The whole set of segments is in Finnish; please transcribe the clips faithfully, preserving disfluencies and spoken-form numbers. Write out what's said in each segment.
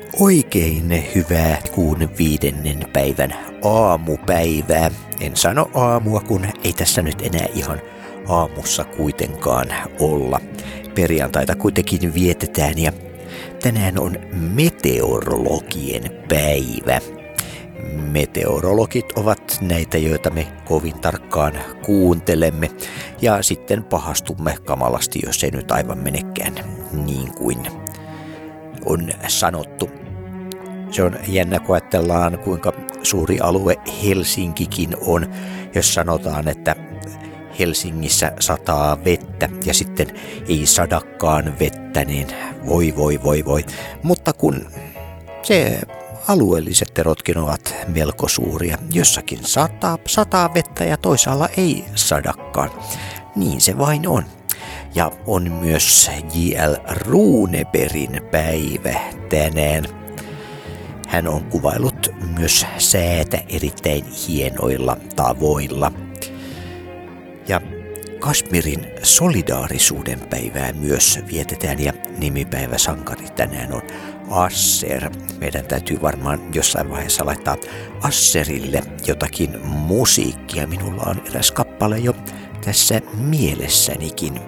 Oikein hyvää kuun viidennen päivän aamupäivää. En sano aamua, kun ei tässä nyt enää ihan aamussa kuitenkaan olla. Perjantaita kuitenkin vietetään ja tänään on meteorologien päivä. Meteorologit ovat näitä, joita me kovin tarkkaan kuuntelemme ja sitten pahastumme kamalasti, jos ei nyt aivan menekään niin kuin on sanottu. Se on jännä, kun ajatellaan, kuinka suuri alue Helsinkikin on, jos sanotaan, että Helsingissä sataa vettä ja sitten ei sadakaan vettä, niin voi voi voi voi. Mutta kun se alueelliset erotkin ovat melko suuria, jossakin sataa, sataa vettä ja toisaalla ei sadakaan. Niin se vain on. Ja on myös J L Runebergin päivä tänään. Hän on kuvaillut myös säätä erittäin hienoilla tavoilla. Ja Kashmirin solidaarisuuden päivää myös vietetään ja nimipäiväsankari tänään on Asser. Meidän täytyy varmaan jossain vaiheessa laittaa Asserille jotakin musiikkia. Minulla on eräs kappale jo tässä mielessänikin.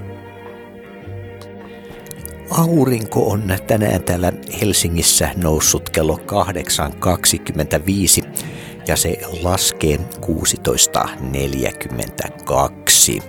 Aurinko on tänään täällä Helsingissä noussut kello kahdeksan kaksikymmentäviisi ja se laskee kuusitoista neljäkymmentäkaksi.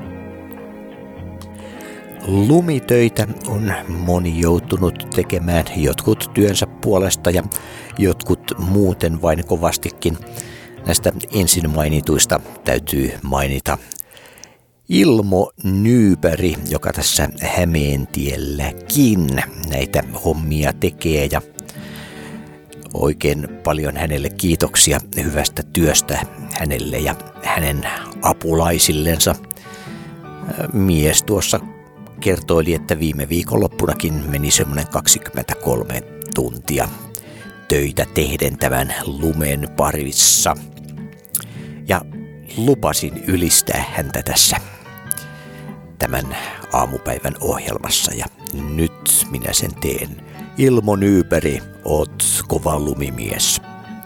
Lumitöitä on moni joutunut tekemään, jotkut työnsä puolesta ja jotkut muuten vain kovastikin. Näistä ensin mainituista täytyy mainita Ilmo Nyberg, joka tässä Hämeentielläkin näitä hommia tekee ja oikein paljon hänelle kiitoksia hyvästä työstä hänelle ja hänen apulaisillensa. Mies tuossa kertoili, että viime viikonloppunakin meni semmoinen kaksikymmentäkolme tuntia töitä tehden tämän lumen parissa. Ja lupasin ylistää häntä tässä tämän aamupäivän ohjelmassa ja nyt minä sen teen. Ilmo Nyberg, oot kova lumimies.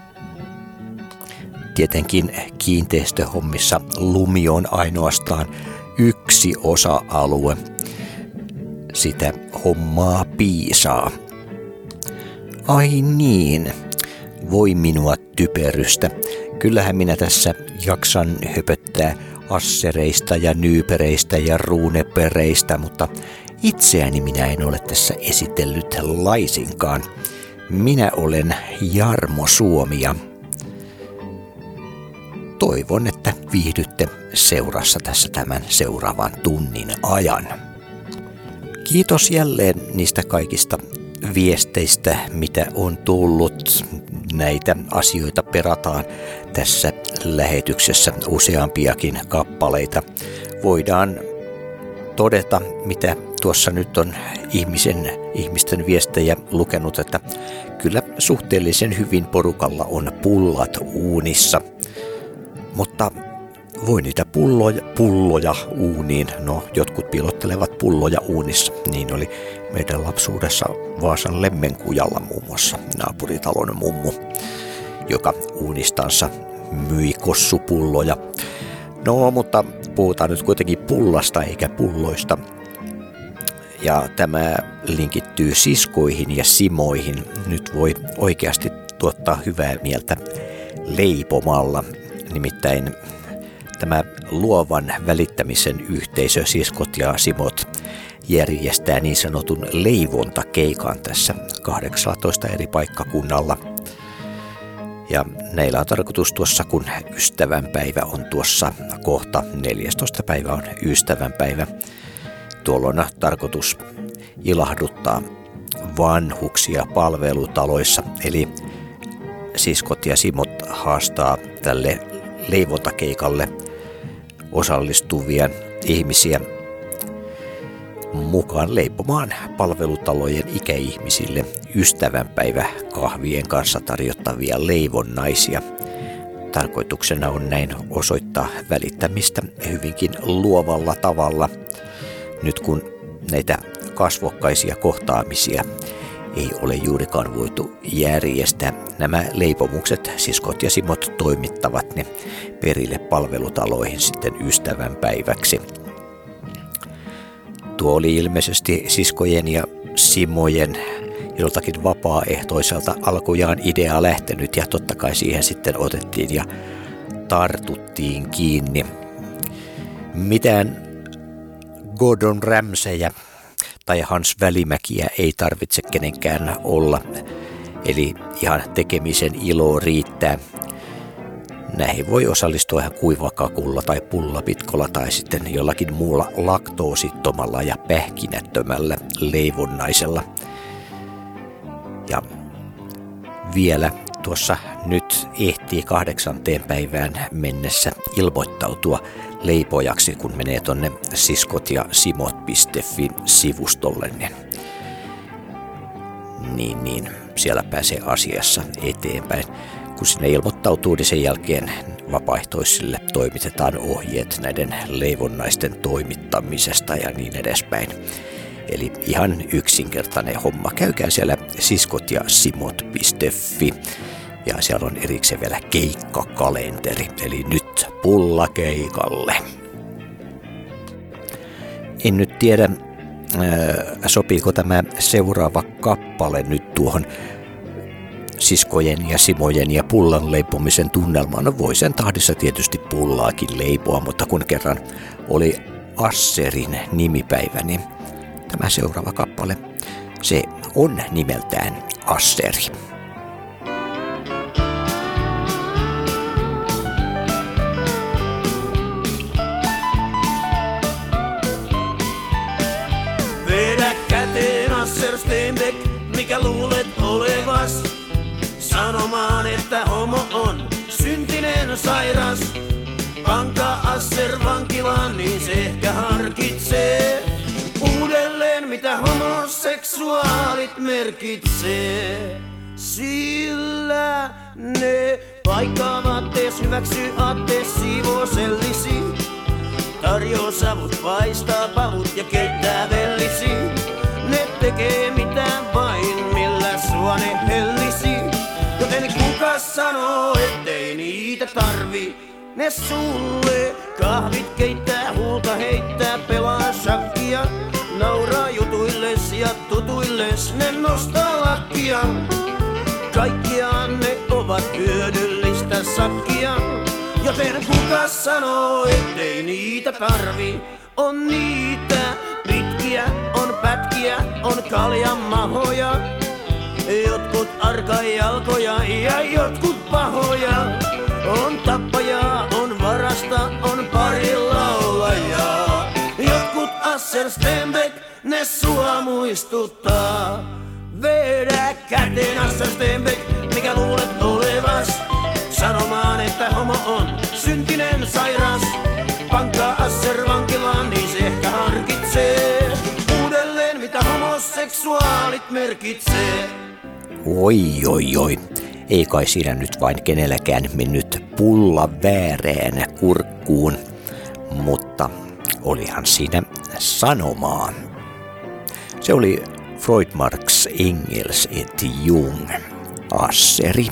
Tietenkin kiinteistöhommissa lumi on ainoastaan yksi osa-alue. Sitä hommaa piisaa. Ai niin, voi minua typerystä. Kyllähän minä tässä jaksan höpöttää assereista ja nyypereistä ja ruunepereistä, mutta itseäni minä en ole tässä esitellyt laisinkaan. Minä olen Jarmo Suomi ja toivon, että viihdytte seurassa tässä tämän seuraavan tunnin ajan. Kiitos jälleen niistä kaikista viesteistä, mitä on tullut. Näitä asioita perataan tässä lähetyksessä useampiakin kappaleita. Voidaan todeta, mitä tuossa nyt on ihmisen, ihmisten viestejä lukenut, että kyllä suhteellisen hyvin porukalla on pullat uunissa. Mutta voi niitä pulloja, pulloja uuniin. No, jotkut piilottelevat pulloja uunissa. Niin oli meidän lapsuudessa Vaasan Lemmenkujalla muun muassa naapuritalon mummu, joka uunistansa myi kossupulloja. No, mutta puhutaan nyt kuitenkin pullasta eikä pulloista. Ja tämä linkittyy siskoihin ja simoihin. Nyt voi oikeasti tuottaa hyvää mieltä leipomalla. Nimittäin tämä luovan välittämisen yhteisö, siskot ja simot, järjestää niin sanotun leivontakeikan tässä kahdeksallatoista eri paikkakunnalla. Ja näillä on tarkoitus tuossa, kun ystävänpäivä on tuossa kohta, neljästoista päivä on ystävänpäivä. Tuolloin on tarkoitus ilahduttaa vanhuksia palvelutaloissa, eli siskot ja simot haastaa tälle leivontakeikalle osallistuvia ihmisiä mukaan leipomaan palvelutalojen ikäihmisille ystävänpäivä kahvien kanssa tarjottavia leivonnaisia. Tarkoituksena on näin osoittaa välittämistä hyvinkin luovalla tavalla, nyt kun näitä kasvokkaisia kohtaamisia ei ole juurikaan voitu järjestää. Nämä leipomukset, siskot ja simot toimittavat ne perille palvelutaloihin sitten ystävänpäiväksi. Tuo oli ilmeisesti siskojen ja simojen joltakin vapaaehtoiselta alkujaan idea lähtenyt ja totta kai siihen sitten otettiin ja tartuttiin kiinni. Mitään Gordon Ramsayä tai Hans Välimäkiä ei tarvitse kenenkään olla, eli ihan tekemisen ilo riittää. Näihin voi osallistua ihan kuivakakulla tai pullapitkolla tai sitten jollakin muulla laktoosittomalla ja pähkinättömällä leivonnaisella. Ja vielä tuossa nyt ehtii kahdeksanteen päivään mennessä ilmoittautua leipojaksi, kun menee tonne siskot ja simot piste fi sivustolle. Niin, niin, siellä pääsee asiassa eteenpäin. Kun sinne ilmoittautuu, niin sen jälkeen vapaaehtoisille toimitetaan ohjeet näiden leivonnaisten toimittamisesta ja niin edespäin. Eli ihan yksinkertainen homma. Käykää siellä siskot ja simot piste fi ja siellä on erikseen vielä keikkakalenteri, eli nyt pulla keikalle. En nyt tiedä, sopiiko tämä seuraava kappale nyt tuohon siskojen ja simojen ja pullan leipomisen tunnelmaan. No voi sen tahdissa tietysti pullaakin leipoa, mutta kun kerran oli Asserin nimipäivä, niin tämä seuraava kappale, se on nimeltään Asseri. Vedä käteen Asser Stenbeck, mikä luulet olevas, sanomaan, että homo on syntinen sairas. Pankaa Asser vankilaan, niin se ehkä harkitsee uudelleen, mitä homoseksuaalit merkitsee. Sillä ne paikkaavat tees, hyväksy aatte siivosellisi. Tarjoo savut, paistaa pavut ja keittää vellisi. Ne tekee mitään vain, millä sua ne hellisi. Joten kuka sanoo, ettei niitä tarvi? Ne sulle kahvit keittää, huulta heittää, pelaa shakkia. Nauraa jutuilles ja tutuilles, ne nostaa lakkia. Kaikkiaan ne ovat hyödyllistä sakkia. Joten kuka sanoo, ettei niitä tarvi? On niitä pitkiä, on pätkiä, on kaljamahoja. Jotkut arkajalkoja ja jotkut pahoja. On tappajaa, on varasta, on pari laulajaa. Jotkut Asser Stenbeck, ne sua muistuttaa. Vedä käteen Asser Stenbeck, mikä luulet olevas, sanomaan, että homo on syntinen sairas. Pankkaa Asser vankilaan, niin se ehkä harkitsee uudelleen, mitä homoseksuaalit merkitsee. Oi, oi, oi. Ei kai siinä nyt vain kenelläkään mennyt pulla väärään kurkkuun, mutta olihan siinä sanomaa. Se oli Freud, Marx, Engels et Jung, Asseri.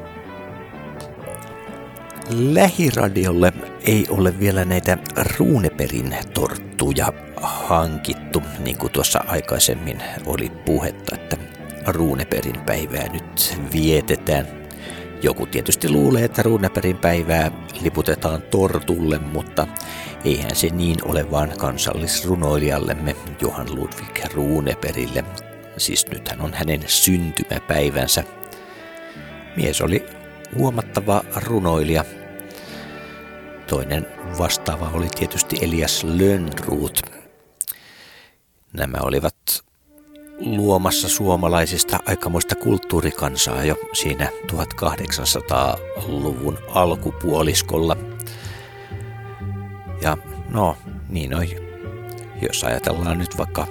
Lähiradiolle ei ole vielä näitä Runebergin torttuja hankittu, niin kuin tuossa aikaisemmin oli puhetta, että Runebergin päivää nyt vietetään. Joku tietysti luulee, että Runebergin päivää liputetaan tortulle, mutta eihän se niin ole, vaan kansallisrunoilijallemme Johann Ludwig Runebergille. Siis nythän on hänen syntymäpäivänsä. Mies oli huomattava runoilija. Toinen vastaava oli tietysti Elias Lönnrot. Nämä olivat luomassa suomalaisista aikamoista kulttuurikansaa jo siinä tuhatkahdeksansataaluvun alkupuoliskolla. Ja no, niin oi, jos ajatellaan nyt vaikka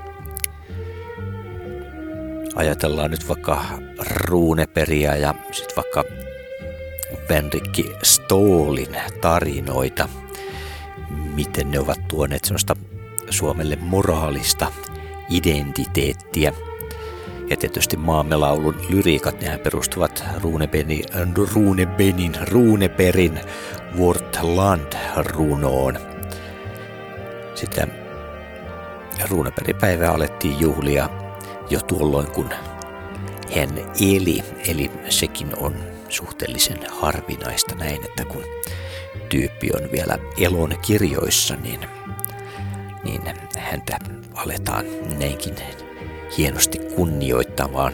ajatellaan nyt vaikka Runebergia ja sitten vaikka Henrik Ståhlin tarinoita, miten ne ovat tuoneet sellaista Suomelle moraalista identiteettiä Ja tietysti Maamme laulun lyriikat, nehän perustuvat Runebergin, Runebergin, Runebergin Vårt Land-runoon. Sitä Runebergin päivää alettiin juhlia jo tuolloin, kun hän eli. Eli sekin on suhteellisen harvinaista näin, että kun tyyppi on vielä elon kirjoissa, niin, niin häntä aletaan näinkin hienosti kunnioittamaan.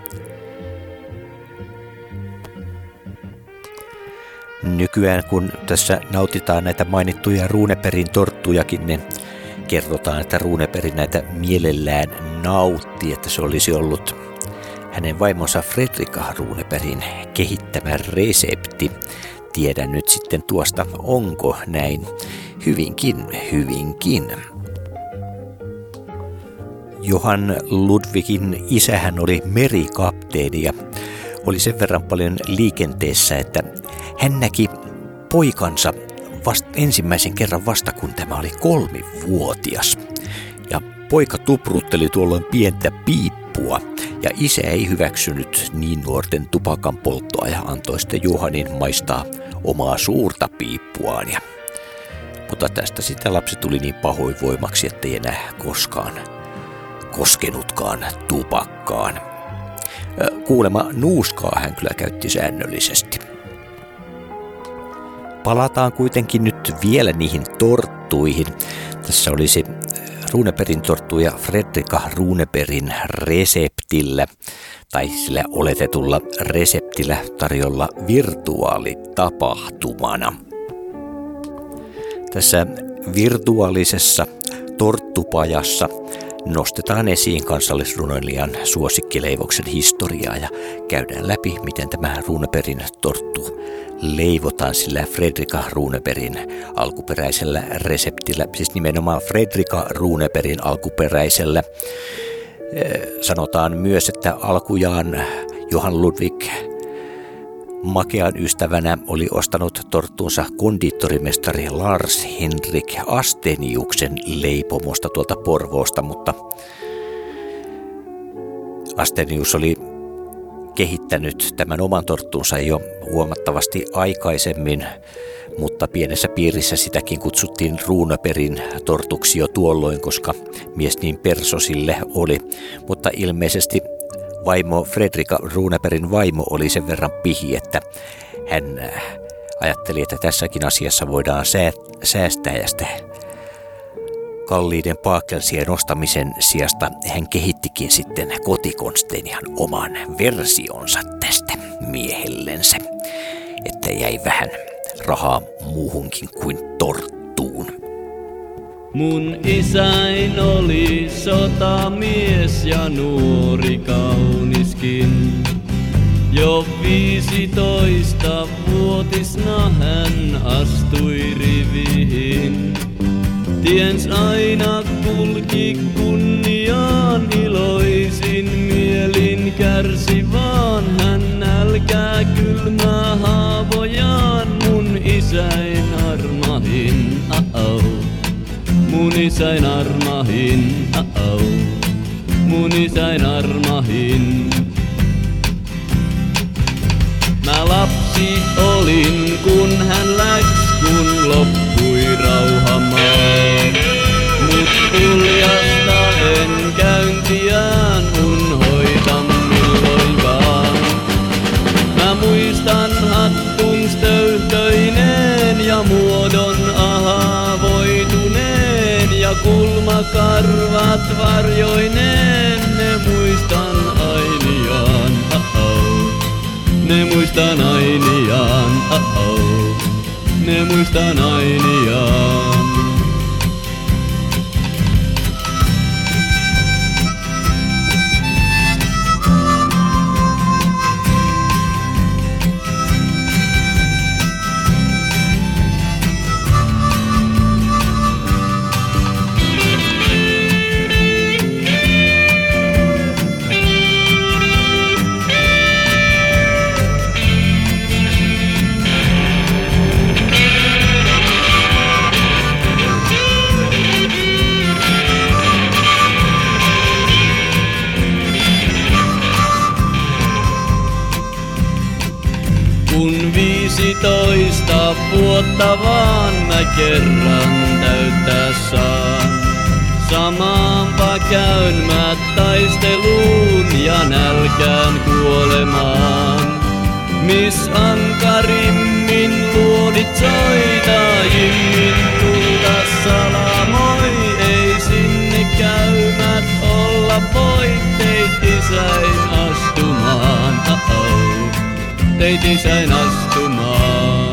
Nykyään kun tässä nautitaan näitä mainittuja Runebergin torttujakin, niin kerrotaan, että Runeberg näitä mielellään nautti, että se olisi ollut hänen vaimonsa Fredrika Runebergin kehittämä resepti. Tiedän nyt sitten tuosta, onko näin. Hyvinkin, hyvinkin. Johan Ludwigin isähän oli merikapteeni ja oli sen verran paljon liikenteessä, että hän näki poikansa vasta ensimmäisen kerran vasta, kun tämä oli kolmivuotias. Ja poika tuprutteli tuolloin pientä piippua ja isä ei hyväksynyt niin nuorten tupakan polttoa ja antoi sitten Johanin maistaa omaa suurta piippuaan. Ja, mutta tästä sitten lapsi tuli niin pahoinvoimaksi, ettei enää koskaan koskenutkaan tupakkaan. Kuulemma nuuskaa hän kyllä käytti säännöllisesti. Palataan kuitenkin nyt vielä niihin torttuihin. Tässä olisi Runebergin torttuja Fredrika Runebergin reseptillä tai sillä oletetulla reseptillä tarjolla virtuaalitapahtumana. Tässä virtuaalisessa torttupajassa nostetaan esiin kansallisrunoilijan suosikkileivoksen historiaa ja käydään läpi, miten tämä Runebergin torttu leivotaan sillä Fredrika Runebergin alkuperäisellä reseptillä, siis nimenomaan Fredrika Runebergin alkuperäisellä. Sanotaan myös, että alkujaan Johan Ludwig makean ystävänä oli ostanut torttuunsa kondiittorimestari Lars Henrik Asteniuksen leipomosta tuolta Porvoosta, mutta Astenius oli kehittänyt tämän oman torttuunsa jo huomattavasti aikaisemmin, mutta pienessä piirissä sitäkin kutsuttiin Runebergin tortuksi jo tuolloin, koska mies niin perso sille oli, mutta ilmeisesti vaimo Fredrika Runebergin vaimo oli sen verran pihi, että hän ajatteli, että tässäkin asiassa voidaan säästää ja sitten kalliiden paakelsien ostamisen sijasta hän kehittikin sitten kotikonstein ihan oman versionsa tästä miehellensä, että jäi vähän rahaa muuhunkin kuin torttuun. Mun isäin oli sotamies ja nuori kauniskin. Jo viisitoista vuotisna hän astui riviin. Tiens aina kulki kunniaan, iloisin mielin kärsi vaan. Hän nälkää kylmää haavojaan, mun isäin armahin, oh-oh. Mun isäin armahin, oh-oh. Mun isäin armahin. Mä lapsi olin, kun hän läks, kun loppui rauhamaa. Mut uljasta en käyntiään unhoita milloinkaan. Mä muistan hattun stöyhtöineen ja muodon ahavoituneen ja kulmakarvat varjoineen. Ne muistan ainiaan, oh-oh. Ne muistan ainiaan, oh-oh. Ne muistan ainiaan. Kun viisitoista vuotta vaan mä kerran täyttää saan. Samaanpa käyn mä taisteluun ja nälkään kuolemaan. Mis ankarimmin luodit soitajimmin tulta salamoi. Ei sinne käymät olla voi, teit isäin astumaan. Oh-oh. Teit isäin astumaan.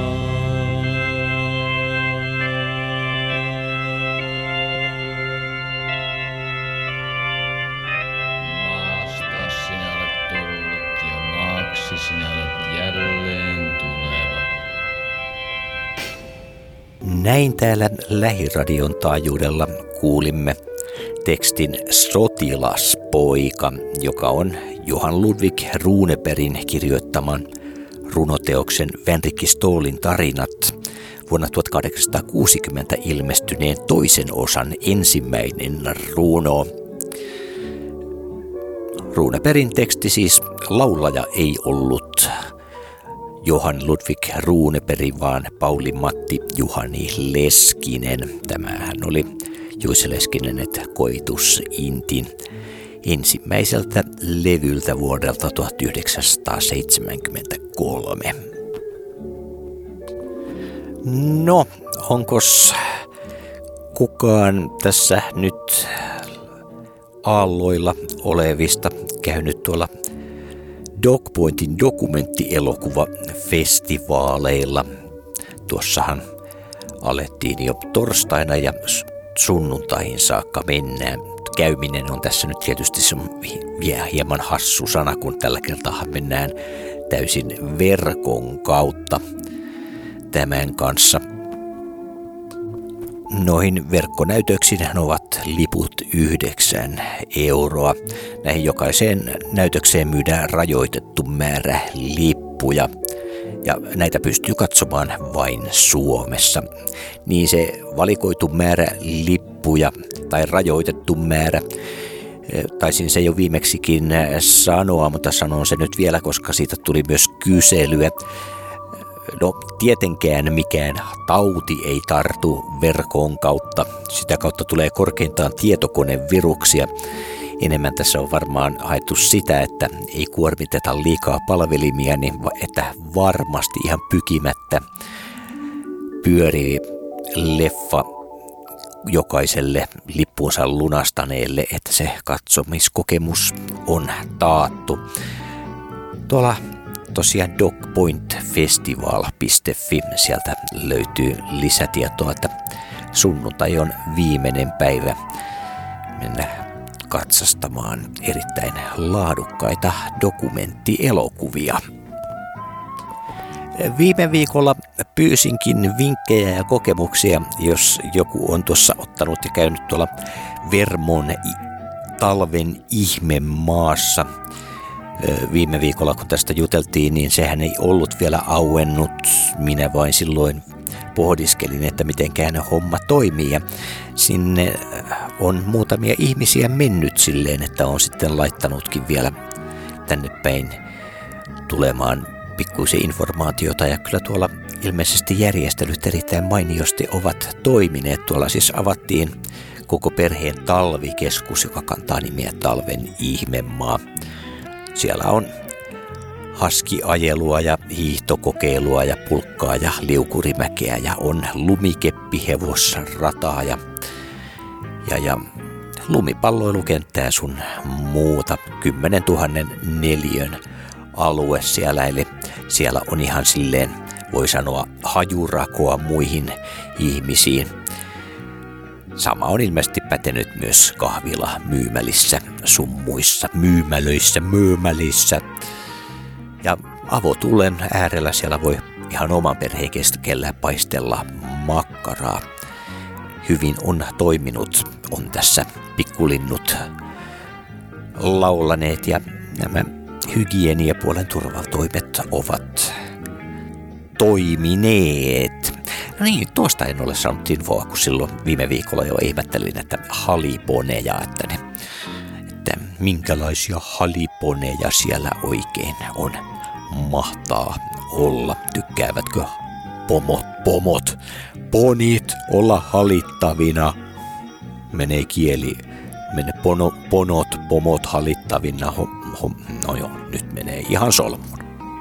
Sinä olet jälleen tuleva. Näin täällä Lähiradion taajuudella kuulimme tekstin Sotilaspoika, joka on Johan Ludvig Runebergin kirjoittaman runoteoksen Vänrikki Ståhlin tarinat vuonna tuhatkahdeksansataakuusikymmentä ilmestyneen toisen osan ensimmäinen runo. Runebergin teksti siis, laulaja ei ollut Johan Ludvig Runeberg, vaan Pauli Matti Juhani Leskinen. Tämähän oli Juise Leskinen, että koitus Intin ensimmäiseltä levyltä vuodelta tuhatyhdeksänsataaseitsemänkymmentäkolme. No, onkos kukaan tässä nyt aalloilla olevista käynyt tuolla Dogpointin dokumenttielokuvafestivaaleilla? Tuossahan alettiin jo torstaina ja sunnuntaihin saakka mennään. Käyminen on tässä nyt tietysti vielä hieman hassu sana, kun tällä kertaa mennään täysin verkon kautta tämän kanssa. Noihin verkkonäytöksiinhän ovat liput yhdeksän euroa. Näihin jokaiseen näytökseen myydään rajoitettu määrä lippuja. Ja näitä pystyy katsomaan vain Suomessa. Niin se valikoitu määrä lippuja tai rajoitettu määrä, taisin se jo viimeksikin sanoa, mutta sanon se nyt vielä, koska siitä tuli myös kyselyä. No tietenkään mikään tauti ei tartu verkon kautta. Sitä kautta tulee korkeintaan tietokoneviruksia. Enemmän tässä on varmaan haettu sitä, että ei kuormiteta liikaa palvelimia, niin että varmasti ihan pykimättä pyörii leffa jokaiselle lippuunsa lunastaneelle, että se katsomiskokemus on taattu. Tuolla tosiaan dogpointfestival piste fi, sieltä löytyy lisätietoa, että sunnuntai on viimeinen päivä mennä katsastamaan erittäin laadukkaita dokumenttielokuvia. Viime viikolla pyysinkin vinkkejä ja kokemuksia, jos joku on tuossa ottanut ja käynyt tuolla Vermon talven ihmemaassa. Viime viikolla, kun tästä juteltiin, niin sehän ei ollut vielä auennut. Minä vain silloin pohdiskelin, että mitenkään homma toimii. Ja sinne on muutamia ihmisiä mennyt silleen, että on sitten laittanutkin vielä tänne päin tulemaan pikkuisen informaatiota. Ja kyllä tuolla ilmeisesti järjestelyt erittäin mainiosti ovat toimineet. Tuolla siis avattiin koko perheen talvikeskus, joka kantaa nimiä Talven ihmemaa. Siellä on haskiajelua ja hiihtokokeilua ja pulkkaa ja liukurimäkeä ja on lumikeppihevosrataa ja, ja, ja lumipalloilukenttää sun muuta. kymmenen tuhannen neliön alue siellä, eli siellä on ihan silleen, voi sanoa, hajurakoa muihin ihmisiin. Sama on ilmeisesti pätenyt myös kahvila myymälissä, summuissa, myymälöissä, myymälissä. Ja avotulen äärellä siellä voi ihan oman perheen keskellä paistella makkaraa. Hyvin on toiminut, on tässä pikkulinnut laulaneet ja nämä hygieniapuolen turvatoimet ovat toimineet. No niin, tuosta en ole saanut infoa, kun silloin viime viikolla jo ihmettelin, että haliponeja, että, ne, että minkälaisia haliponeja siellä oikein on mahtaa olla? Tykkäävätkö pomot, pomot, ponit olla halittavina? Menee kieli, menee pono, ponot, pomot halittavina. Ho, ho, no joo, nyt menee ihan solmuun.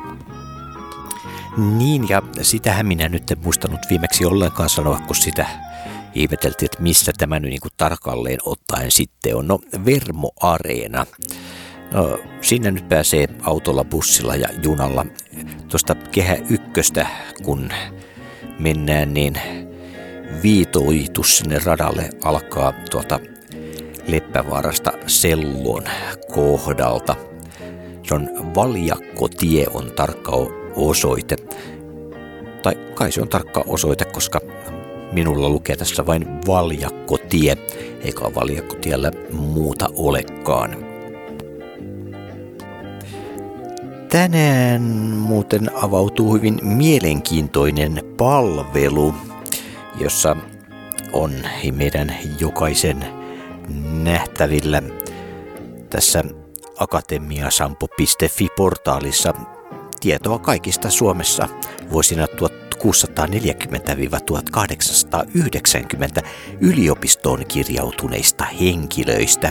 Niin, ja sitähän minä nyt en muistanut viimeksi ollenkaan sanoa, kun sitä ihmeteltiin, että missä tämä nyt niin kuin tarkalleen ottaen sitten on. No, Vermo Areena. No, sinne nyt pääsee autolla, bussilla ja junalla. Tuosta Kehä ykköstä, kun mennään, niin viitoitus sinne radalle alkaa tuolta Leppävaarasta Sellon kohdalta. Se on Valjakkotie on tarkka osoite. Tai kai se on tarkka osoite, koska minulla lukee tässä vain Valjakkotie, eikä Valjakkotiellä muuta olekaan. Tänään muuten avautuu hyvin mielenkiintoinen palvelu, jossa on meidän jokaisen nähtävillä tässä akatemiasampo piste fi-portaalissa tietoa kaikista Suomessa vuosina tuhatkuusisataaneljäkymmentä tuhatkahdeksansataayhdeksänkymmentä yliopistoon kirjautuneista henkilöistä.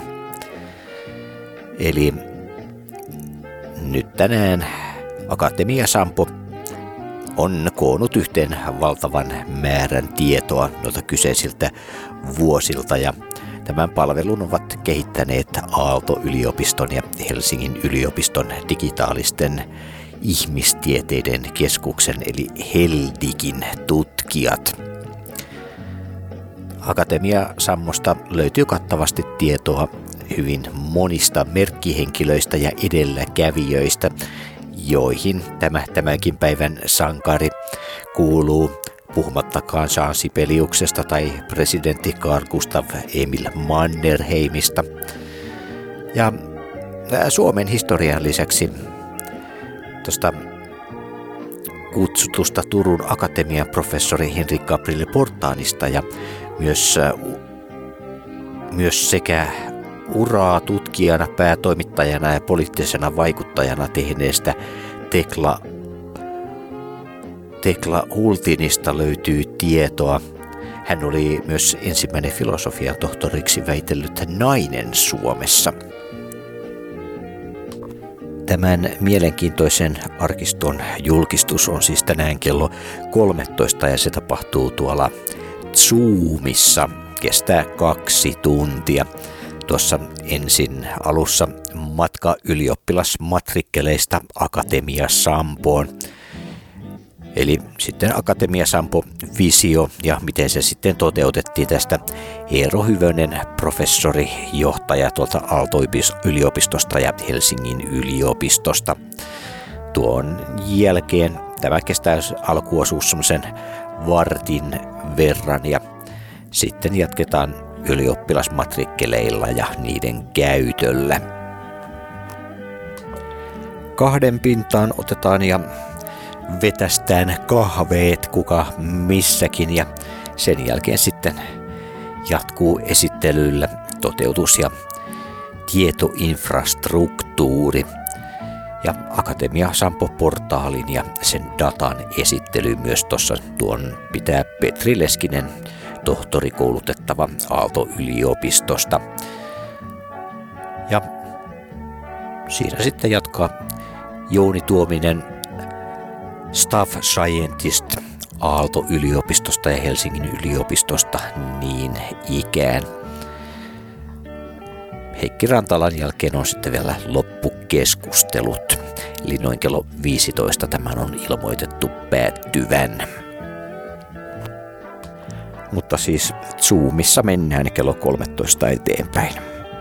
Eli nyt tänään Akatemiasampo on koonnut yhteen valtavan määrän tietoa noilta kyseisiltä vuosilta, ja tämän palvelun ovat kehittäneet Aalto-yliopiston ja Helsingin yliopiston digitaalisten ihmistieteiden keskuksen eli Heldigin tutkijat. Akatemiasammosta löytyy kattavasti tietoa hyvin monista merkkihenkilöistä ja edelläkävijöistä, joihin tämä tämänkin päivän sankari kuuluu, puhumattakaan Jean Sibeliuksesta tai presidentti Carl Gustav Emil Mannerheimista. Ja Suomen historian lisäksi tuosta kutsutusta Turun Akatemian professori Henrik Gabriel Portaanista ja myös, myös sekä uraa tutkijana, päätoimittajana ja poliittisena vaikuttajana tehneestä Tekla, Tekla Hultinista löytyy tietoa. Hän oli myös ensimmäinen filosofian tohtoriksi väitellyt nainen Suomessa. Tämän mielenkiintoisen arkiston julkistus on siis tänään kello kolmetoista ja se tapahtuu tuolla Zoomissa. Kestää kaksi tuntia. Tuossa ensin alussa matka ylioppilasmatrikkeleista Akatemiasampoon. Eli sitten Akatemiasampo visio ja miten se sitten toteutettiin tästä Eero Hyvönen, professori, johtaja tuolta Aalto-yliopistosta ja Helsingin yliopistosta. Tuon jälkeen tämä kestää alkuosuus semmoisen vartin verran ja sitten jatketaan ylioppilasmatrikkeleilla ja niiden käytöllä. Kahden pintaan otetaan ja vetästään kahveet kuka missäkin ja sen jälkeen sitten jatkuu esittelyllä toteutus ja tietoinfrastruktuuri ja Akatemiasampo-portaalin ja sen datan esittely myös tuossa tuon pitää Petri Leskinen, tohtorikoulutettava Aalto-yliopistosta. Ja siinä sitten jatkaa Jouni Tuominen, Staff Scientist Aalto-yliopistosta ja Helsingin yliopistosta niin ikään. Heikki Rantalan jälkeen on sitten vielä loppukeskustelut. Eli noin kello viisitoista tämän on ilmoitettu päättyvän. Mutta siis Zoomissa mennään kello kolmetoista eteenpäin.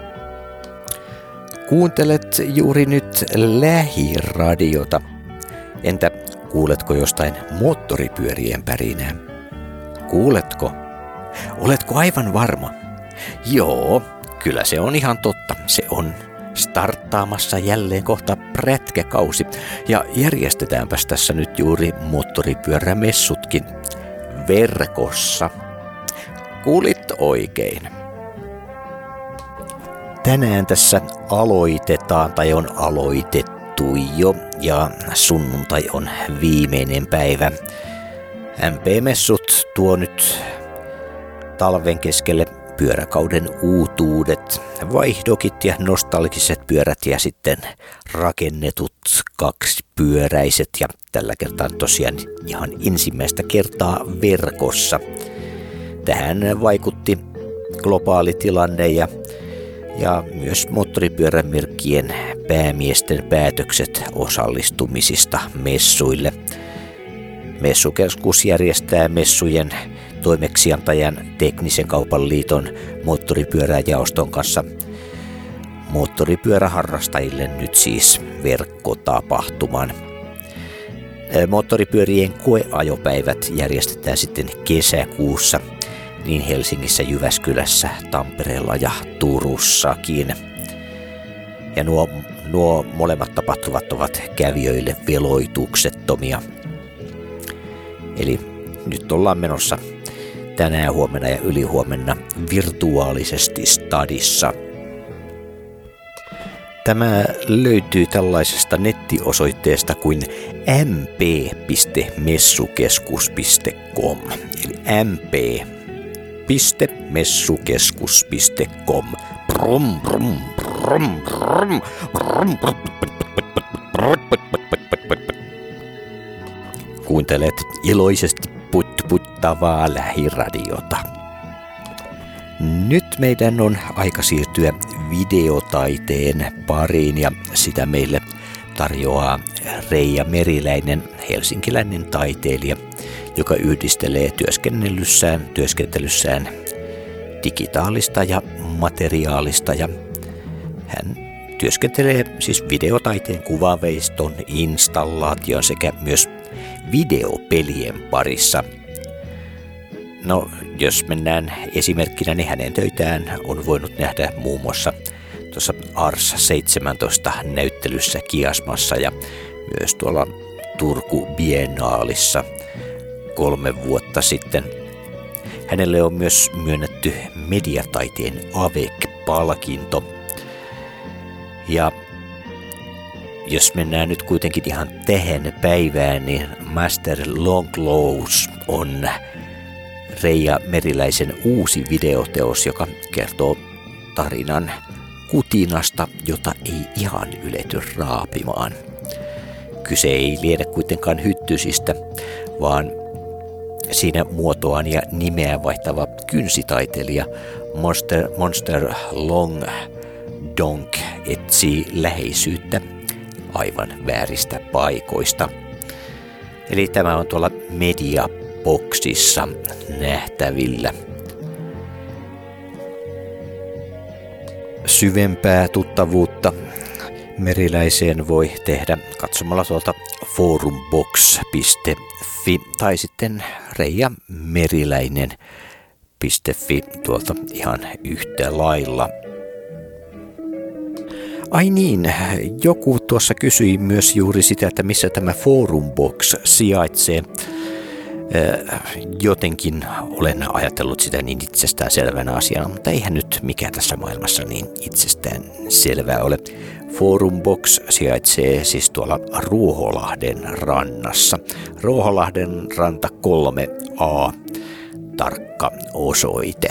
Kuuntelet juuri nyt lähiradiota. Entä kuuletko jostain moottoripyörien pärinää? Kuuletko? Oletko aivan varma? Joo, kyllä se on ihan totta. Se on starttaamassa jälleen kohta prätkäkausi. Ja järjestetäänpäs tässä nyt juuri moottoripyörämessutkin verkossa. Kuulit oikein. Tänään tässä aloitetaan tai on aloitettu vaihtui jo ja sunnuntai on viimeinen päivä. M P-messut tuo nyt talven keskelle pyöräkauden uutuudet, vaihdokit ja nostalgiset pyörät ja sitten rakennetut kaksipyöräiset ja tällä kertaa tosiaan ihan ensimmäistä kertaa verkossa. Tähän vaikutti globaali tilanne ja, ja myös moottoripyörämerkkien päämiesten päätökset osallistumisista messuille. Messukeskus järjestää messujen toimeksiantajan Teknisen kaupan liiton moottoripyöräjaoston kanssa moottoripyöräharrastajille nyt siis verkkotapahtuman. Moottoripyörien koeajopäivät järjestetään sitten kesäkuussa niin Helsingissä, Jyväskylässä, Tampereella ja Turussakin. Ja nuo, nuo molemmat tapahtuvat ovat kävijöille veloituksettomia. Eli nyt ollaan menossa tänään, huomenna ja ylihuomenna virtuaalisesti stadissa. Tämä löytyy tällaisesta nettiosoitteesta kuin m p piste messukeskus piste com. Eli m p piste messukeskus piste com. Brum, brum, brum, brum, brum, brum. Kuuntelet iloisesti put-puttavaa lähiradiota. Nyt meidän on aika siirtyä videotaiteen pariin ja sitä meille tarjoaa Reija Meriläinen, helsinkiläinen taiteilija, joka yhdistelee työskentelyssään, työskentelyssään digitaalista ja materiaalista ja hän työskentelee siis videotaiteen kuvaveiston, installaation sekä myös videopelien parissa. No, jos mennään esimerkkinä, niin hänen töitään on voinut nähdä muun muassa tuossa Ars seitsemäntoista näyttelyssä Kiasmassa ja myös tuolla Turku Biennaalissa kolme vuotta sitten. Hänelle on myös myönnetty mediataiteen A V E C-palkinto. Ja jos mennään nyt kuitenkin ihan tähän päivään, niin Master Longlows on Reija Meriläisen uusi videoteos, joka kertoo tarinan kutinasta, jota ei ihan ylety raapimaan. Kyse ei liene kuitenkaan hyttysistä, vaan siinä muotoaan ja nimeä vaihtava kynsitaiteilija Monster, Monster Long Donk etsii läheisyyttä aivan vääristä paikoista. Eli tämä on tuolla Mediaboxissa nähtävillä. Syvempää tuttavuutta Meriläiseen voi tehdä katsomalla tuolta forumbox piste fi tai sitten reija meriläinen piste fi tuolta ihan yhtä lailla. Ai niin, joku tuossa kysyi myös juuri sitä, että missä tämä forumbox sijaitsee. Jotenkin olen ajatellut sitä niin itsestään selvänä asiana, mutta eihän nyt mikään tässä maailmassa niin itsestään selvää ole. Forumbox sijaitsee siis tuolla Ruoholahden rannassa. Ruoholahden ranta kolme A, tarkka osoite.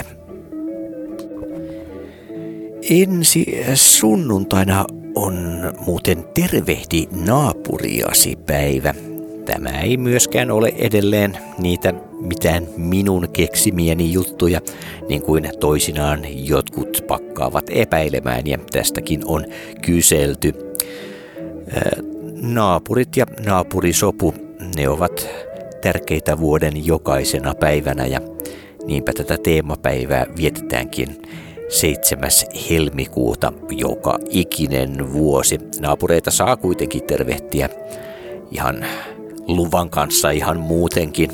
Ensi sunnuntaina on muuten Tervehdi naapuriasi päivä. Tämä ei myöskään ole edelleen niitä mitään minun keksimiäni juttuja, niin kuin toisinaan jotkut pakkaavat epäilemään, ja tästäkin on kyselty. Naapurit ja naapurisopu, ne ovat tärkeitä vuoden jokaisena päivänä, ja niinpä tätä teemapäivää vietetäänkin seitsemäs helmikuuta joka ikinen vuosi. Naapureita saa kuitenkin tervehtiä ihan luvan kanssa ihan muutenkin.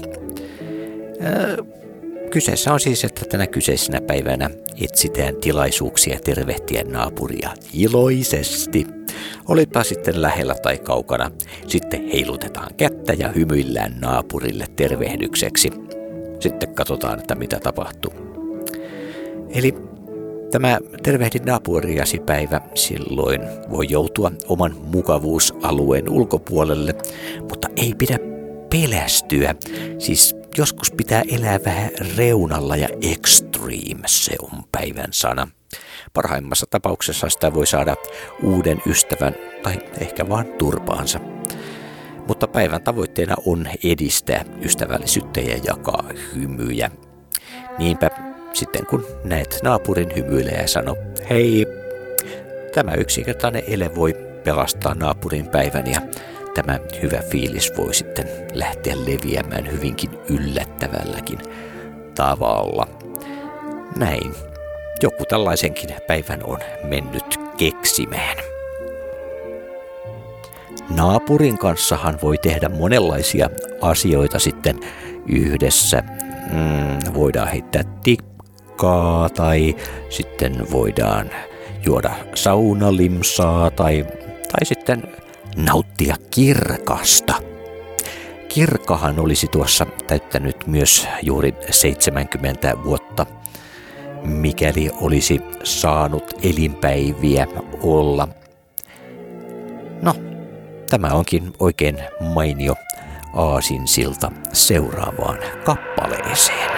Kyseessä on siis, että tänä kyseisenä päivänä etsitään tilaisuuksia tervehtiä naapuria iloisesti. Olipa sitten lähellä tai kaukana, sitten heilutetaan kättä ja hymyillään naapurille tervehdykseksi. Sitten katsotaan, että mitä tapahtuu. Eli Tämä tervehdin naapuriasi päivä silloin voi joutua oman mukavuusalueen ulkopuolelle, mutta ei pidä pelästyä. Siis joskus pitää elää vähän reunalla ja extreme, se on päivän sana. Parhaimmassa tapauksessa sitä voi saada uuden ystävän tai ehkä vaan turpaansa. Mutta päivän tavoitteena on edistää ystävällisyyttä ja jakaa hymyjä. Niinpä sitten kun näet naapurin hymyillä ja sano, hei, tämä yksinkertainen ele voi pelastaa naapurin päivän ja tämä hyvä fiilis voi sitten lähteä leviämään hyvinkin yllättävälläkin tavalla. Näin. Joku tällaisenkin päivän on mennyt keksimään. Naapurin kanssahan voi tehdä monenlaisia asioita sitten yhdessä. Mm, voidaan heittää tikkaa tai sitten voidaan juoda saunalimsaa tai, tai sitten nauttia kirkasta. Kirkkahan olisi tuossa täyttänyt myös juuri seitsemänkymmentä vuotta, mikäli olisi saanut elinpäiviä olla. No, tämä onkin oikein mainio aasinsilta seuraavaan kappaleeseen.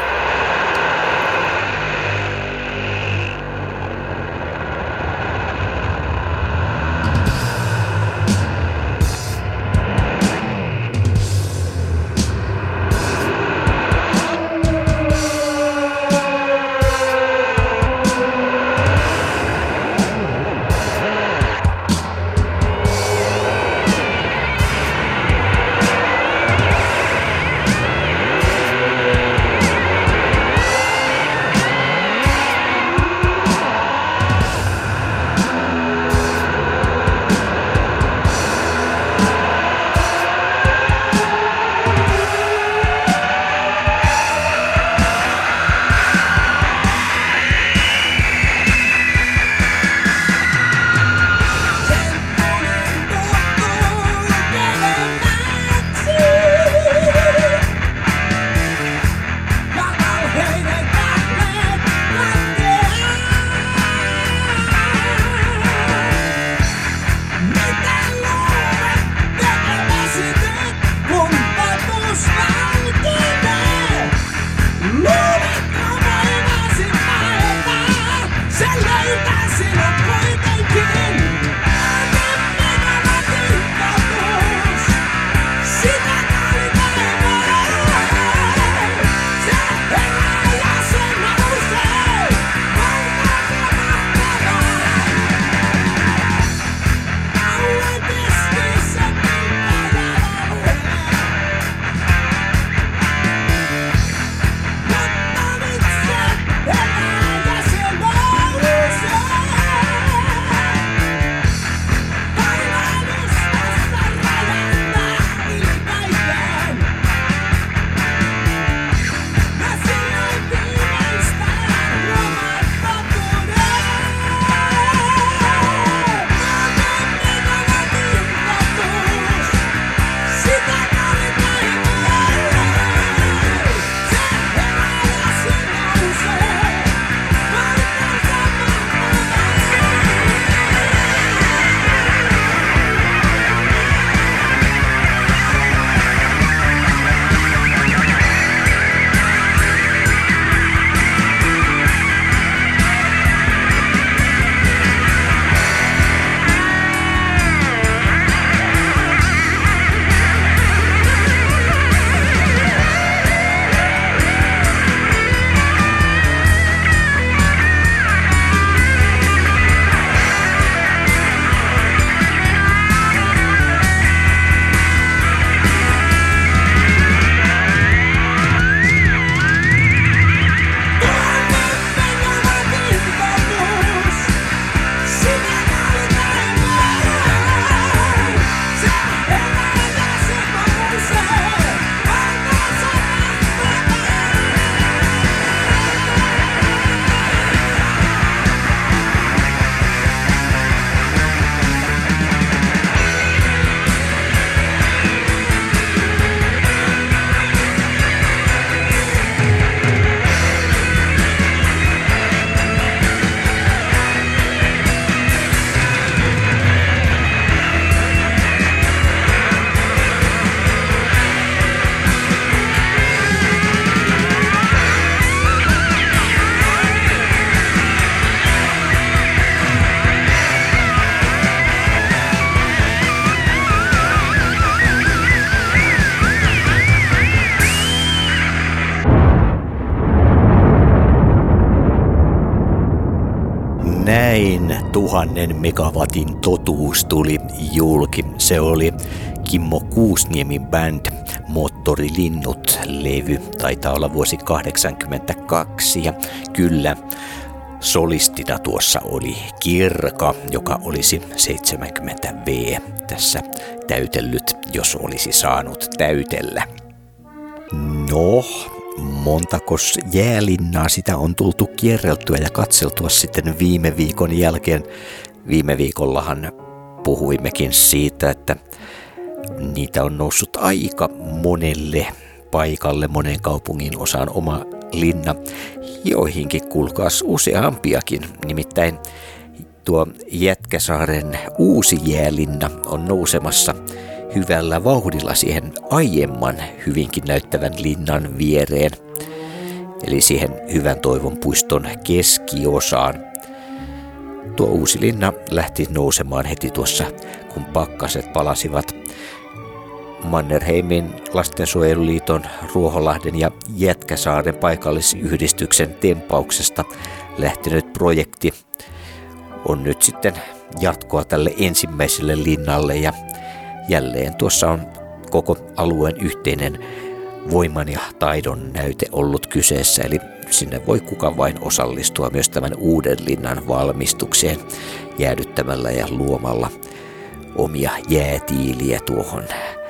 näin tuhannen megawatin totuus tuli julki. Se oli Kimmo Kuusniemin band Moottorilinnut-levy. Taitaa olla vuosi kahdeksankymmentäkaksi ja kyllä solistina tuossa oli Kirka, joka olisi seitsemänkymmentä vuotta tässä täytellyt, jos olisi saanut täytellä. No, montakos jäälinnaa sitä on tultu kierreltyä ja katseltua sitten viime viikon jälkeen. Viime viikollahan puhuimmekin siitä, että niitä on noussut aika monelle paikalle, monen kaupungin osaan oma linna. Joihinkin kuulkaas useampiakin, nimittäin tuo Jätkäsaaren uusi jäälinna on nousemassa hyvällä vauhdilla siihen aiemman hyvinkin näyttävän linnan viereen, eli siihen Hyvän Toivon puiston keskiosaan. Tuo uusi linna lähti nousemaan heti tuossa, kun pakkaset palasivat. Mannerheimin lastensuojeluliiton, Ruoholahden ja Jätkäsaaren paikallisyhdistyksen tempauksesta lähtenyt projekti on nyt sitten jatkoa tälle ensimmäiselle linnalle ja jälleen tuossa on koko alueen yhteinen voiman ja taidon näyte ollut kyseessä, eli sinne voi kuka vain osallistua myös tämän uuden linnan valmistukseen jäädyttämällä ja luomalla omia jäätiiliä tuohon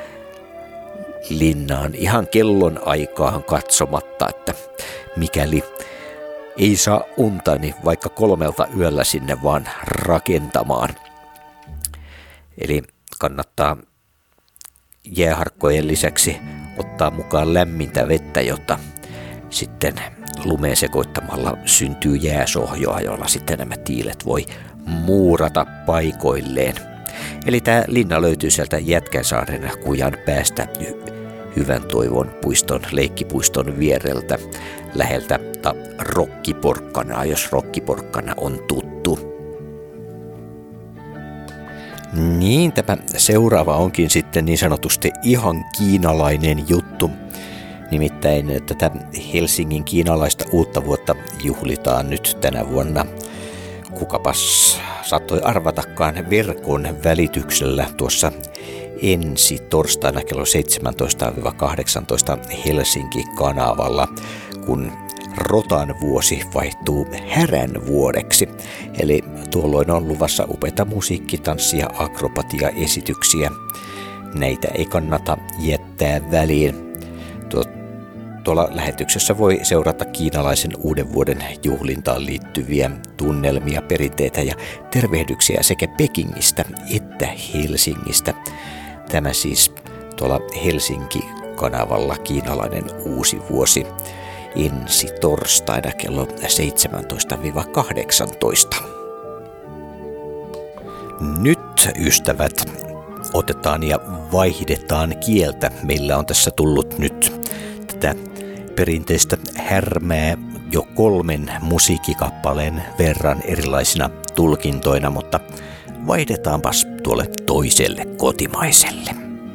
linnaan ihan kellon aikaan katsomatta, että mikäli ei saa unta, niin vaikka kolmelta yöllä sinne vaan rakentamaan. Eli kannattaa jääharkkojen lisäksi ottaa mukaan lämmintä vettä, jotta sitten lumeen sekoittamalla syntyy jääsohjoa, jolla sitten nämä tiilet voi muurata paikoilleen. Eli tämä linna löytyy sieltä Jätkäsaaren kujan päästä Hyvän Toivon puiston, leikkipuiston viereltä läheltä ta Rokkiporkkanaa, jos Rokkiporkkana on tuttu. Niin, tämä seuraava onkin sitten niin sanotusti ihan kiinalainen juttu. Nimittäin tätä Helsingin kiinalaista uutta vuotta juhlitaan nyt tänä vuonna. Kukapas saattoi arvatakaan verkon välityksellä tuossa ensi torstaina kello seitsemäntoista kahdeksantoista Helsinki-kanavalla, kun rotan vuosi vaihtuu härän vuodeksi. Eli tuolloin on luvassa upeita musiikki-, tanssi- ja akrobatia-esityksiä. Näitä ei kannata jättää väliin. Tuo, tuolla lähetyksessä voi seurata kiinalaisen uuden vuoden juhlintaan liittyviä tunnelmia, perinteitä ja tervehdyksiä sekä Pekingistä että Helsingistä. Tämä siis tuolla Helsinki-kanavalla kiinalainen uusi vuosi ensi torstaina kello seitsemäntoista kahdeksantoista. Nyt, ystävät, otetaan ja vaihdetaan kieltä. Meillä on tässä tullut nyt tätä perinteistä härmää jo kolmen musiikkikappaleen verran erilaisina tulkintoina, mutta vaihdetaanpas tuolle toiselle kotimaiselle.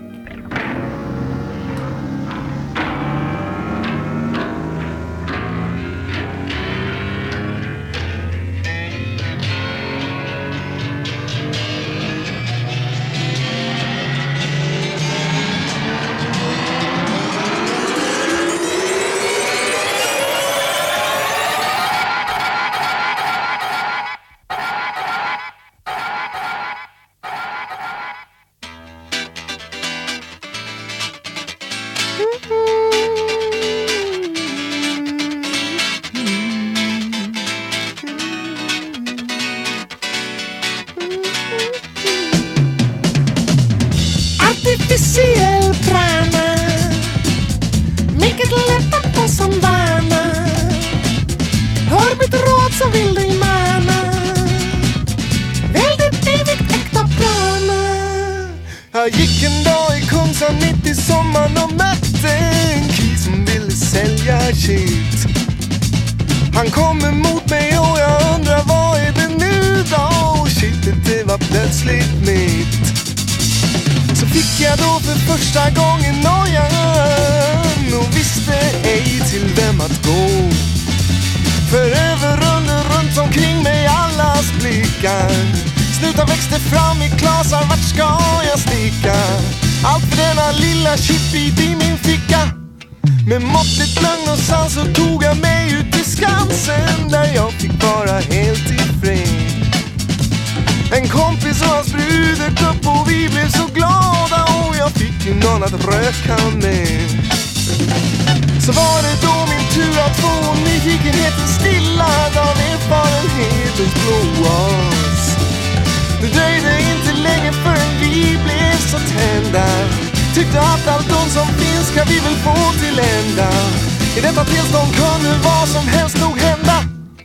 Artificiell Prana, mycket lätt att få som vana. Hör mitt råd så vill du mana. Väldigt evigt äkta prana. Jag gick en dag i Kungsan mitt i sommaren och mötte en kille som ville sälja shit. Han kom emot mig och jag undrar vad är det nu då? Shitet det var plötsligt mitt. Så fick jag då för första gången nojan och visste ej till vem att gå. För över under runt omkring mig allas blickar Sluta växte fram i klasar, vart ska jag sticka? Allt för denna lilla chipbit i min ficka Med måttligt lugn och sans så tog jag mig ut till Skansen Där jag fick vara helt i fred En kompis och hans brud dök upp och vi blev så glada Och jag fick ju någon att röka med Så var det då min tur att få nyfikenheten stillad Av erfarenhetens blåas Det dröjde inte länge förrän vi blev så tända Tyckte att allt ont som finns ska vi väl få till ända I detta tillstånd kunde vad som helst nog hända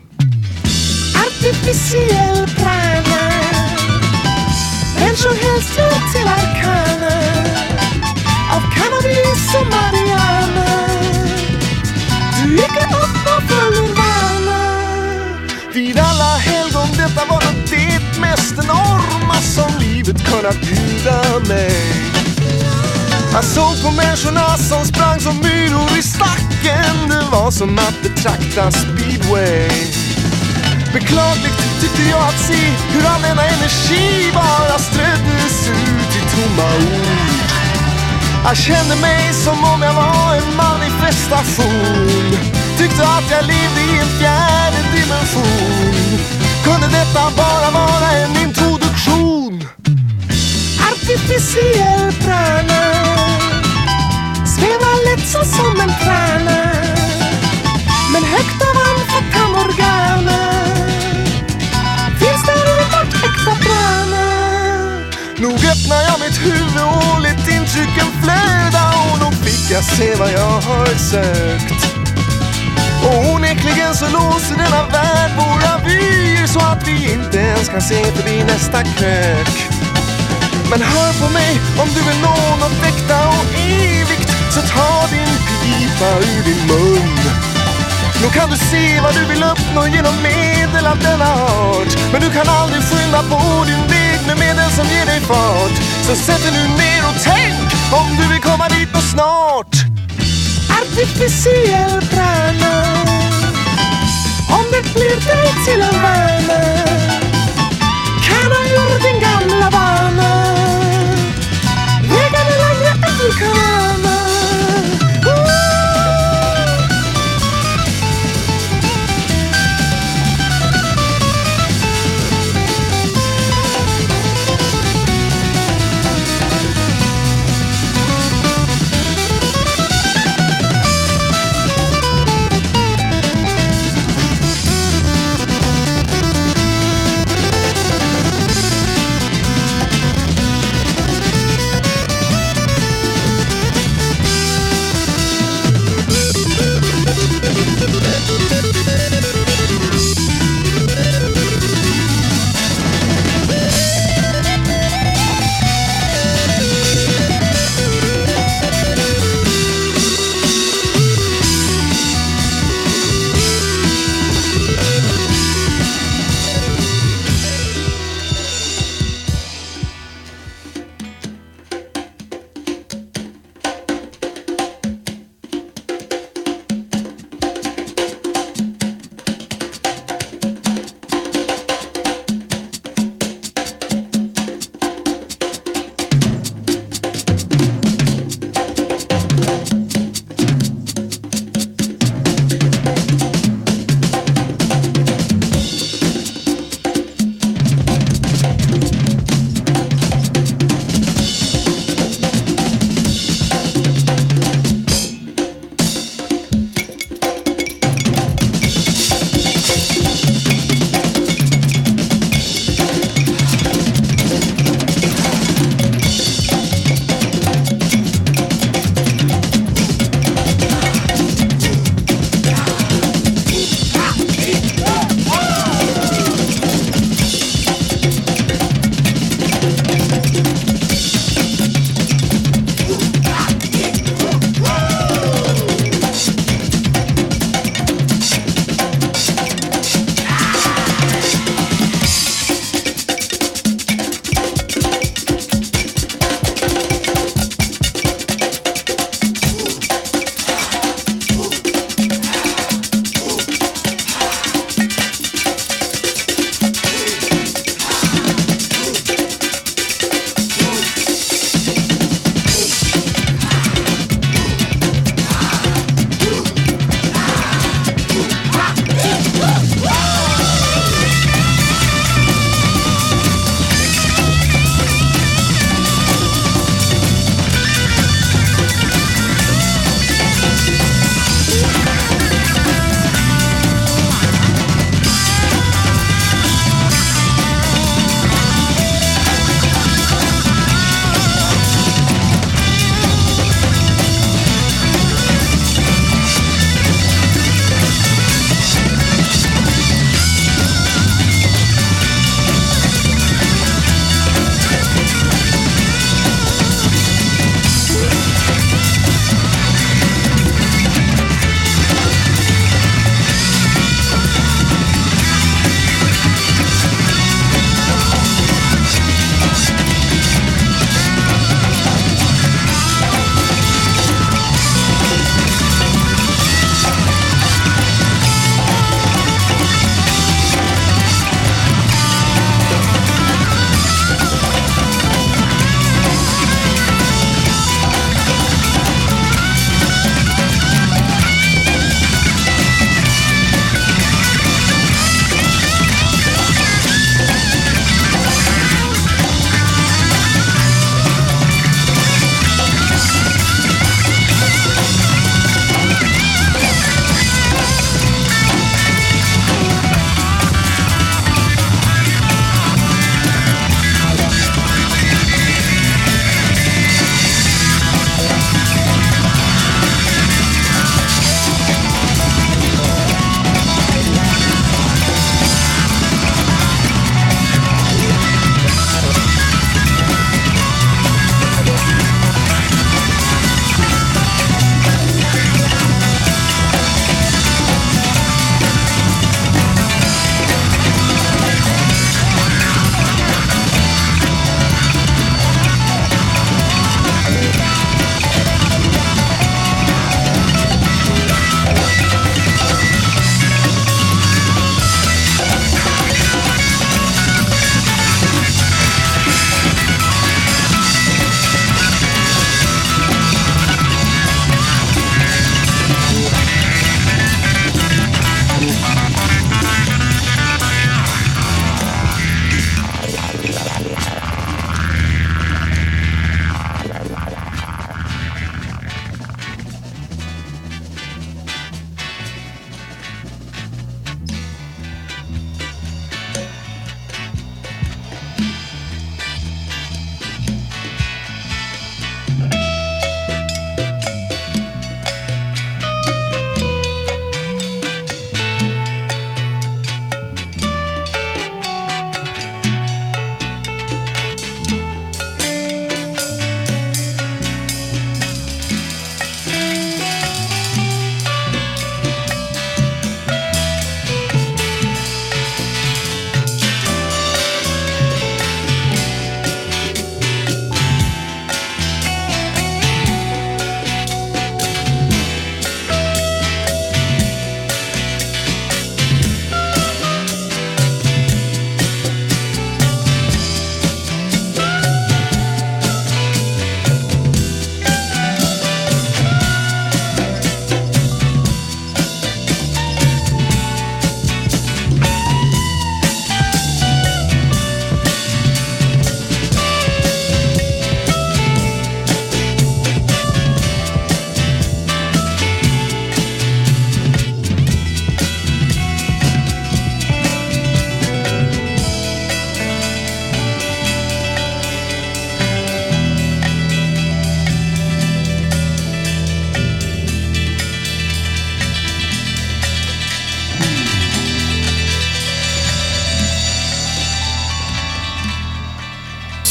Artificiell prana Människohelst gjort till arkana Av cannabis och marijuana Du gick upp och föll nirvana Vid alla helgon detta var det mest enorma som livet kunnat bjuda mig Jag såg på människorna som sprang som myror i stacken Det var som att betrakta speedway Beklagligt tyckte jag att se hur all denna energi bara ströddes ut i tomma ord Jag kände mig som om jag var en manifestation Tyckte att jag levde i en fjärde dimension Kunde detta bara vara en introduktion Artificiell prana Svävar lätt så som en prana Men högt ovanför Kamorgana Finns där enbart äkta prana Nog öppnar jag mitt huvud och lät intrycken flöda Och nog fick jag se vad jag har sökt Och onekligen så låser denna värld våra vyer Så att vi inte ens kan se förbi nästa krök Men hör på mig om du vill nå något äkta och evigt Så ta din pipa ur din mun Nu kan du se vad du vill uppnå genom medel av denna art Men du kan aldrig skynda på din väg med medel som ger dig fart Så sätt dig nu ner och tänk om du vill komma dit och snart Artificiell prana Om det blir dig till en vana Kan ha gjort din gamla vana Vägar är längre än du kan ana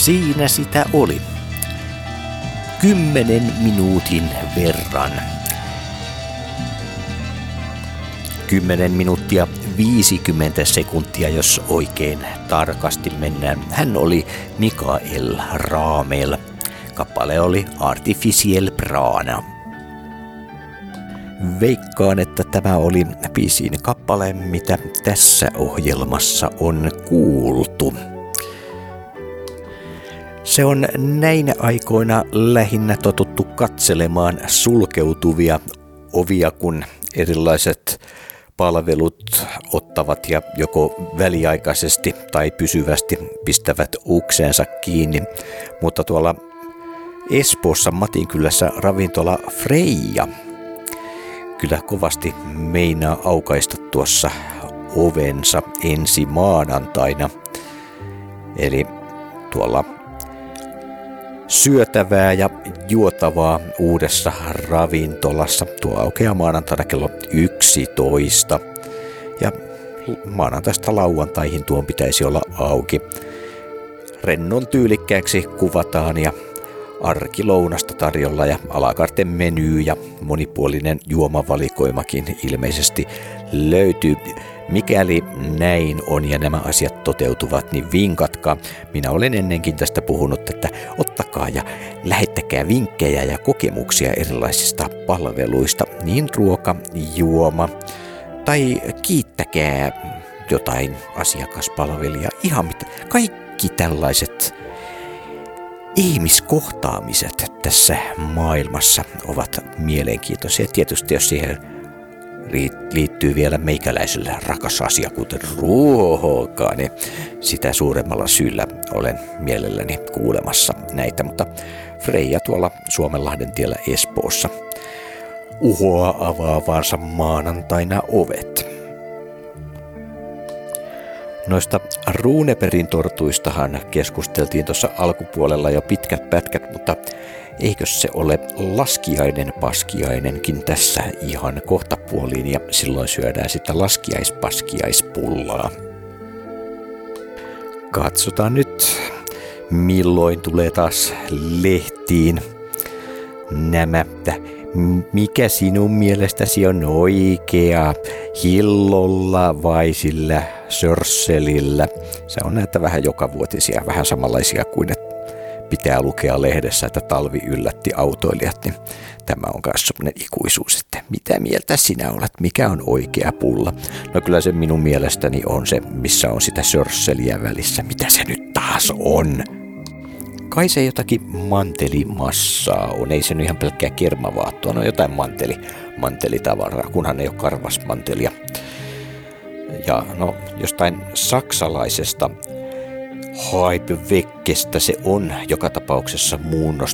siinä sitä oli. Kymmenen minuutin verran. Kymmenen minuuttia viisikymmentä sekuntia, jos oikein tarkasti mennään. Hän oli Mikael Ramel. Kappale oli Artificial Prana. Veikkaan, että tämä oli pisin kappale, mitä tässä ohjelmassa on kuultu. Se on näinä aikoina lähinnä totuttu katselemaan sulkeutuvia ovia, kun erilaiset palvelut ottavat ja joko väliaikaisesti tai pysyvästi pistävät ukseensa kiinni. Mutta tuolla Espoossa Matinkylässä ravintola Freija kyllä kovasti meinaa aukaista tuossa ovensa ensi maanantaina. Eli tuolla syötävää ja juotavaa uudessa ravintolassa. Tuo aukeaa maanantaina kello yksitoista. Ja maanantaista lauantaihin tuon pitäisi olla auki. Rennon tyylikkääksi kuvataan ja arkilounasta tarjolla ja alakarten menyy ja monipuolinen juomavalikoimakin ilmeisesti löytyy. Mikäli näin on ja nämä asiat toteutuvat, niin vinkatkaa. Minä olen ennenkin tästä puhunut, että ottakaa ja lähettäkää vinkkejä ja kokemuksia erilaisista palveluista, niin ruoka, juoma tai kiittäkää jotain asiakaspalvelijaa, ihan mitä. Kaikki tällaiset ihmiskohtaamiset tässä maailmassa ovat mielenkiintoisia. Tietysti jos siihen liittyy vielä meikäläiselle rakas asia, kuten ruoka, niin sitä suuremmalla syyllä olen mielelläni kuulemassa näitä. Mutta Freija tuolla Suomenlahden tiellä Espoossa uhoaa avaavaansa maanantaina ovet. Noista Runebergin tortuistahan keskusteltiin tuossa alkupuolella jo pitkät pätkät, mutta eikö se ole laskiainen paskiainenkin tässä ihan kohtapuoliin ja silloin syödään sitä laskiaispaskiaispullaa. Katsotaan nyt, milloin tulee taas lehtiin nämä, mikä sinun mielestäsi on oikea, Hillolla vai sillä Sörselillä. Se on näitä vähän jokavuotisia, vähän samanlaisia kuin että pitää lukea lehdessä, että talvi yllätti autoilijat, niin tämä on myös sellainen ikuisuus, että mitä mieltä sinä olet, mikä on oikea pulla. No kyllä se minun mielestäni on se, missä on sitä Sörseliä välissä, mitä se nyt taas on. Kai se jotakin mantelimassaa on, ei se nyt ihan pelkkää kermavaattoa, no jotain manteli, mantelitavaraa, kunhan ei ole karvasmantelia. Ja no jostain saksalaisesta Haipvekkestä se on joka tapauksessa muunnos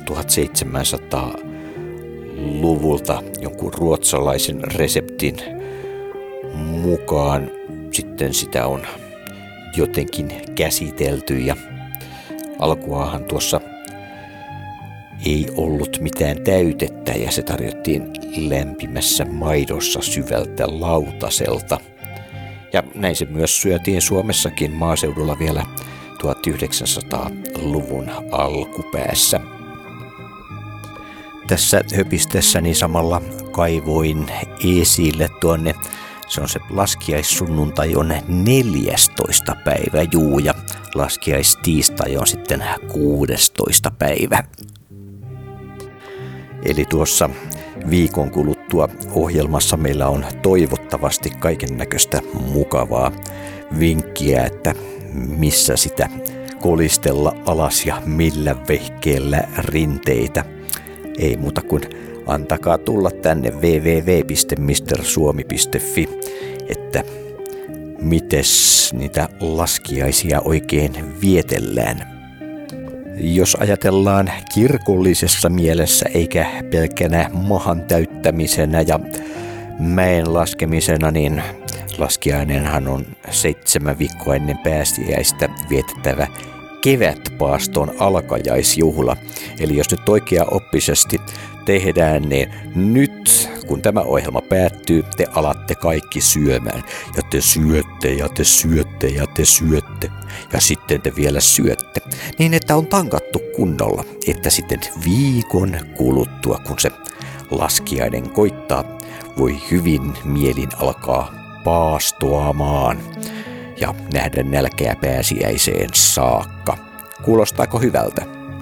tuhatseitsemänsataaluvulta jonkun ruotsalaisen reseptin mukaan. Sitten sitä on jotenkin käsitelty ja alkuahan tuossa ei ollut mitään täytettä ja se tarjottiin lämpimässä maidossa syvältä lautaselta. Ja näin se myös syötiin Suomessakin maaseudulla vielä tuhatyhdeksänsataaluvun alkupäässä. Tässä höpistessäni samalla kaivoin esille tuonne, se on se laskiaissunnuntai on neljästoista päivä juu ja laskiaistiistai on sitten kuudestoista päivä. Eli tuossa viikon kuluttua ohjelmassa meillä on toivottavasti kaiken näköistä mukavaa vinkkiä, että missä sitä kolistella alas ja millä vehkeellä rinteitä. Ei muuta kuin antakaa tulla tänne double-u double-u double-u piste mister suomi piste fi, että mites niitä laskiaisia oikein vietellään. Jos ajatellaan kirkollisessa mielessä eikä pelkänä mahan täyttämisenä ja mäen laskemisena, niin laskiainenhan on seitsemän viikkoa ennen pääsiäistä vietettävä kevätpaaston alkajaisjuhla. Eli jos nyt oikea oppisesti tehdään, niin nyt kun tämä ohjelma päättyy, te alatte kaikki syömään. Ja te syötte ja te syötte ja te syötte. Ja sitten te vielä syötte. Niin, että on tankattu kunnolla. Että sitten viikon kuluttua, kun se laskiainen koittaa, voi hyvin mielin alkaa paastoamaan ja nähdä nälkää pääsiäiseen saakka. Kuulostaako hyvältä?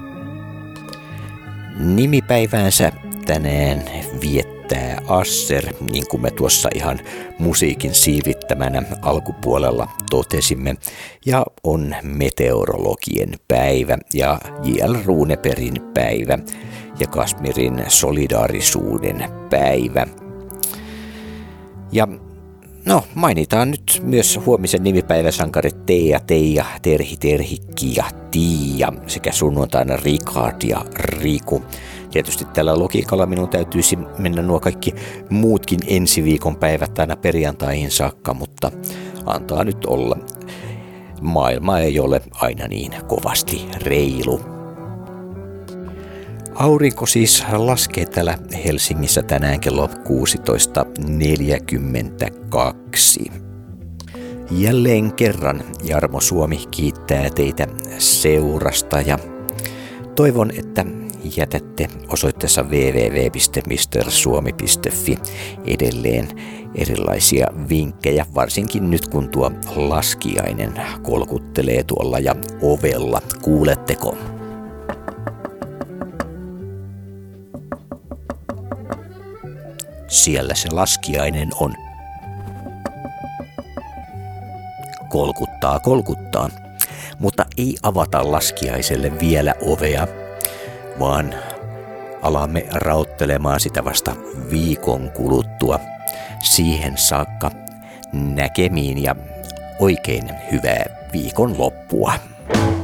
Nimipäiväänsä tänään viettää Asser, niin kuin me tuossa ihan musiikin siivittämänä alkupuolella totesimme, ja on meteorologien päivä ja J L Runebergin päivä ja Kashmirin solidaarisuuden päivä. Ja no, mainitaan nyt myös huomisen nimipäiväsankarit Teija, Teija, Terhi, Terhikki ja Tiia sekä sunnuntaina Rikard ja Riku. Tietysti tällä logiikalla minun täytyisi mennä nuo kaikki muutkin ensi viikon päivät aina perjantaihin saakka, mutta antaa nyt olla. Maailma ei ole aina niin kovasti reilu. Aurinko siis laskee täällä Helsingissä tänään kello kuusitoista neljäkymmentäkaksi. Jälleen kerran Jarmo Suomi kiittää teitä seurasta ja toivon, että jätätte osoitteessa double-u double-u double-u piste mister suomi piste fi edelleen erilaisia vinkkejä, varsinkin nyt kun tuo laskiainen kolkuttelee tuolla ja ovella. Kuuletteko? Siellä se laskiainen on. Kolkuttaa, kolkuttaa, mutta ei avata laskiaiselle vielä ovea, vaan alamme rauttelemaan sitä vasta viikon kuluttua. Siihen saakka näkemiin ja oikein hyvää viikon loppua.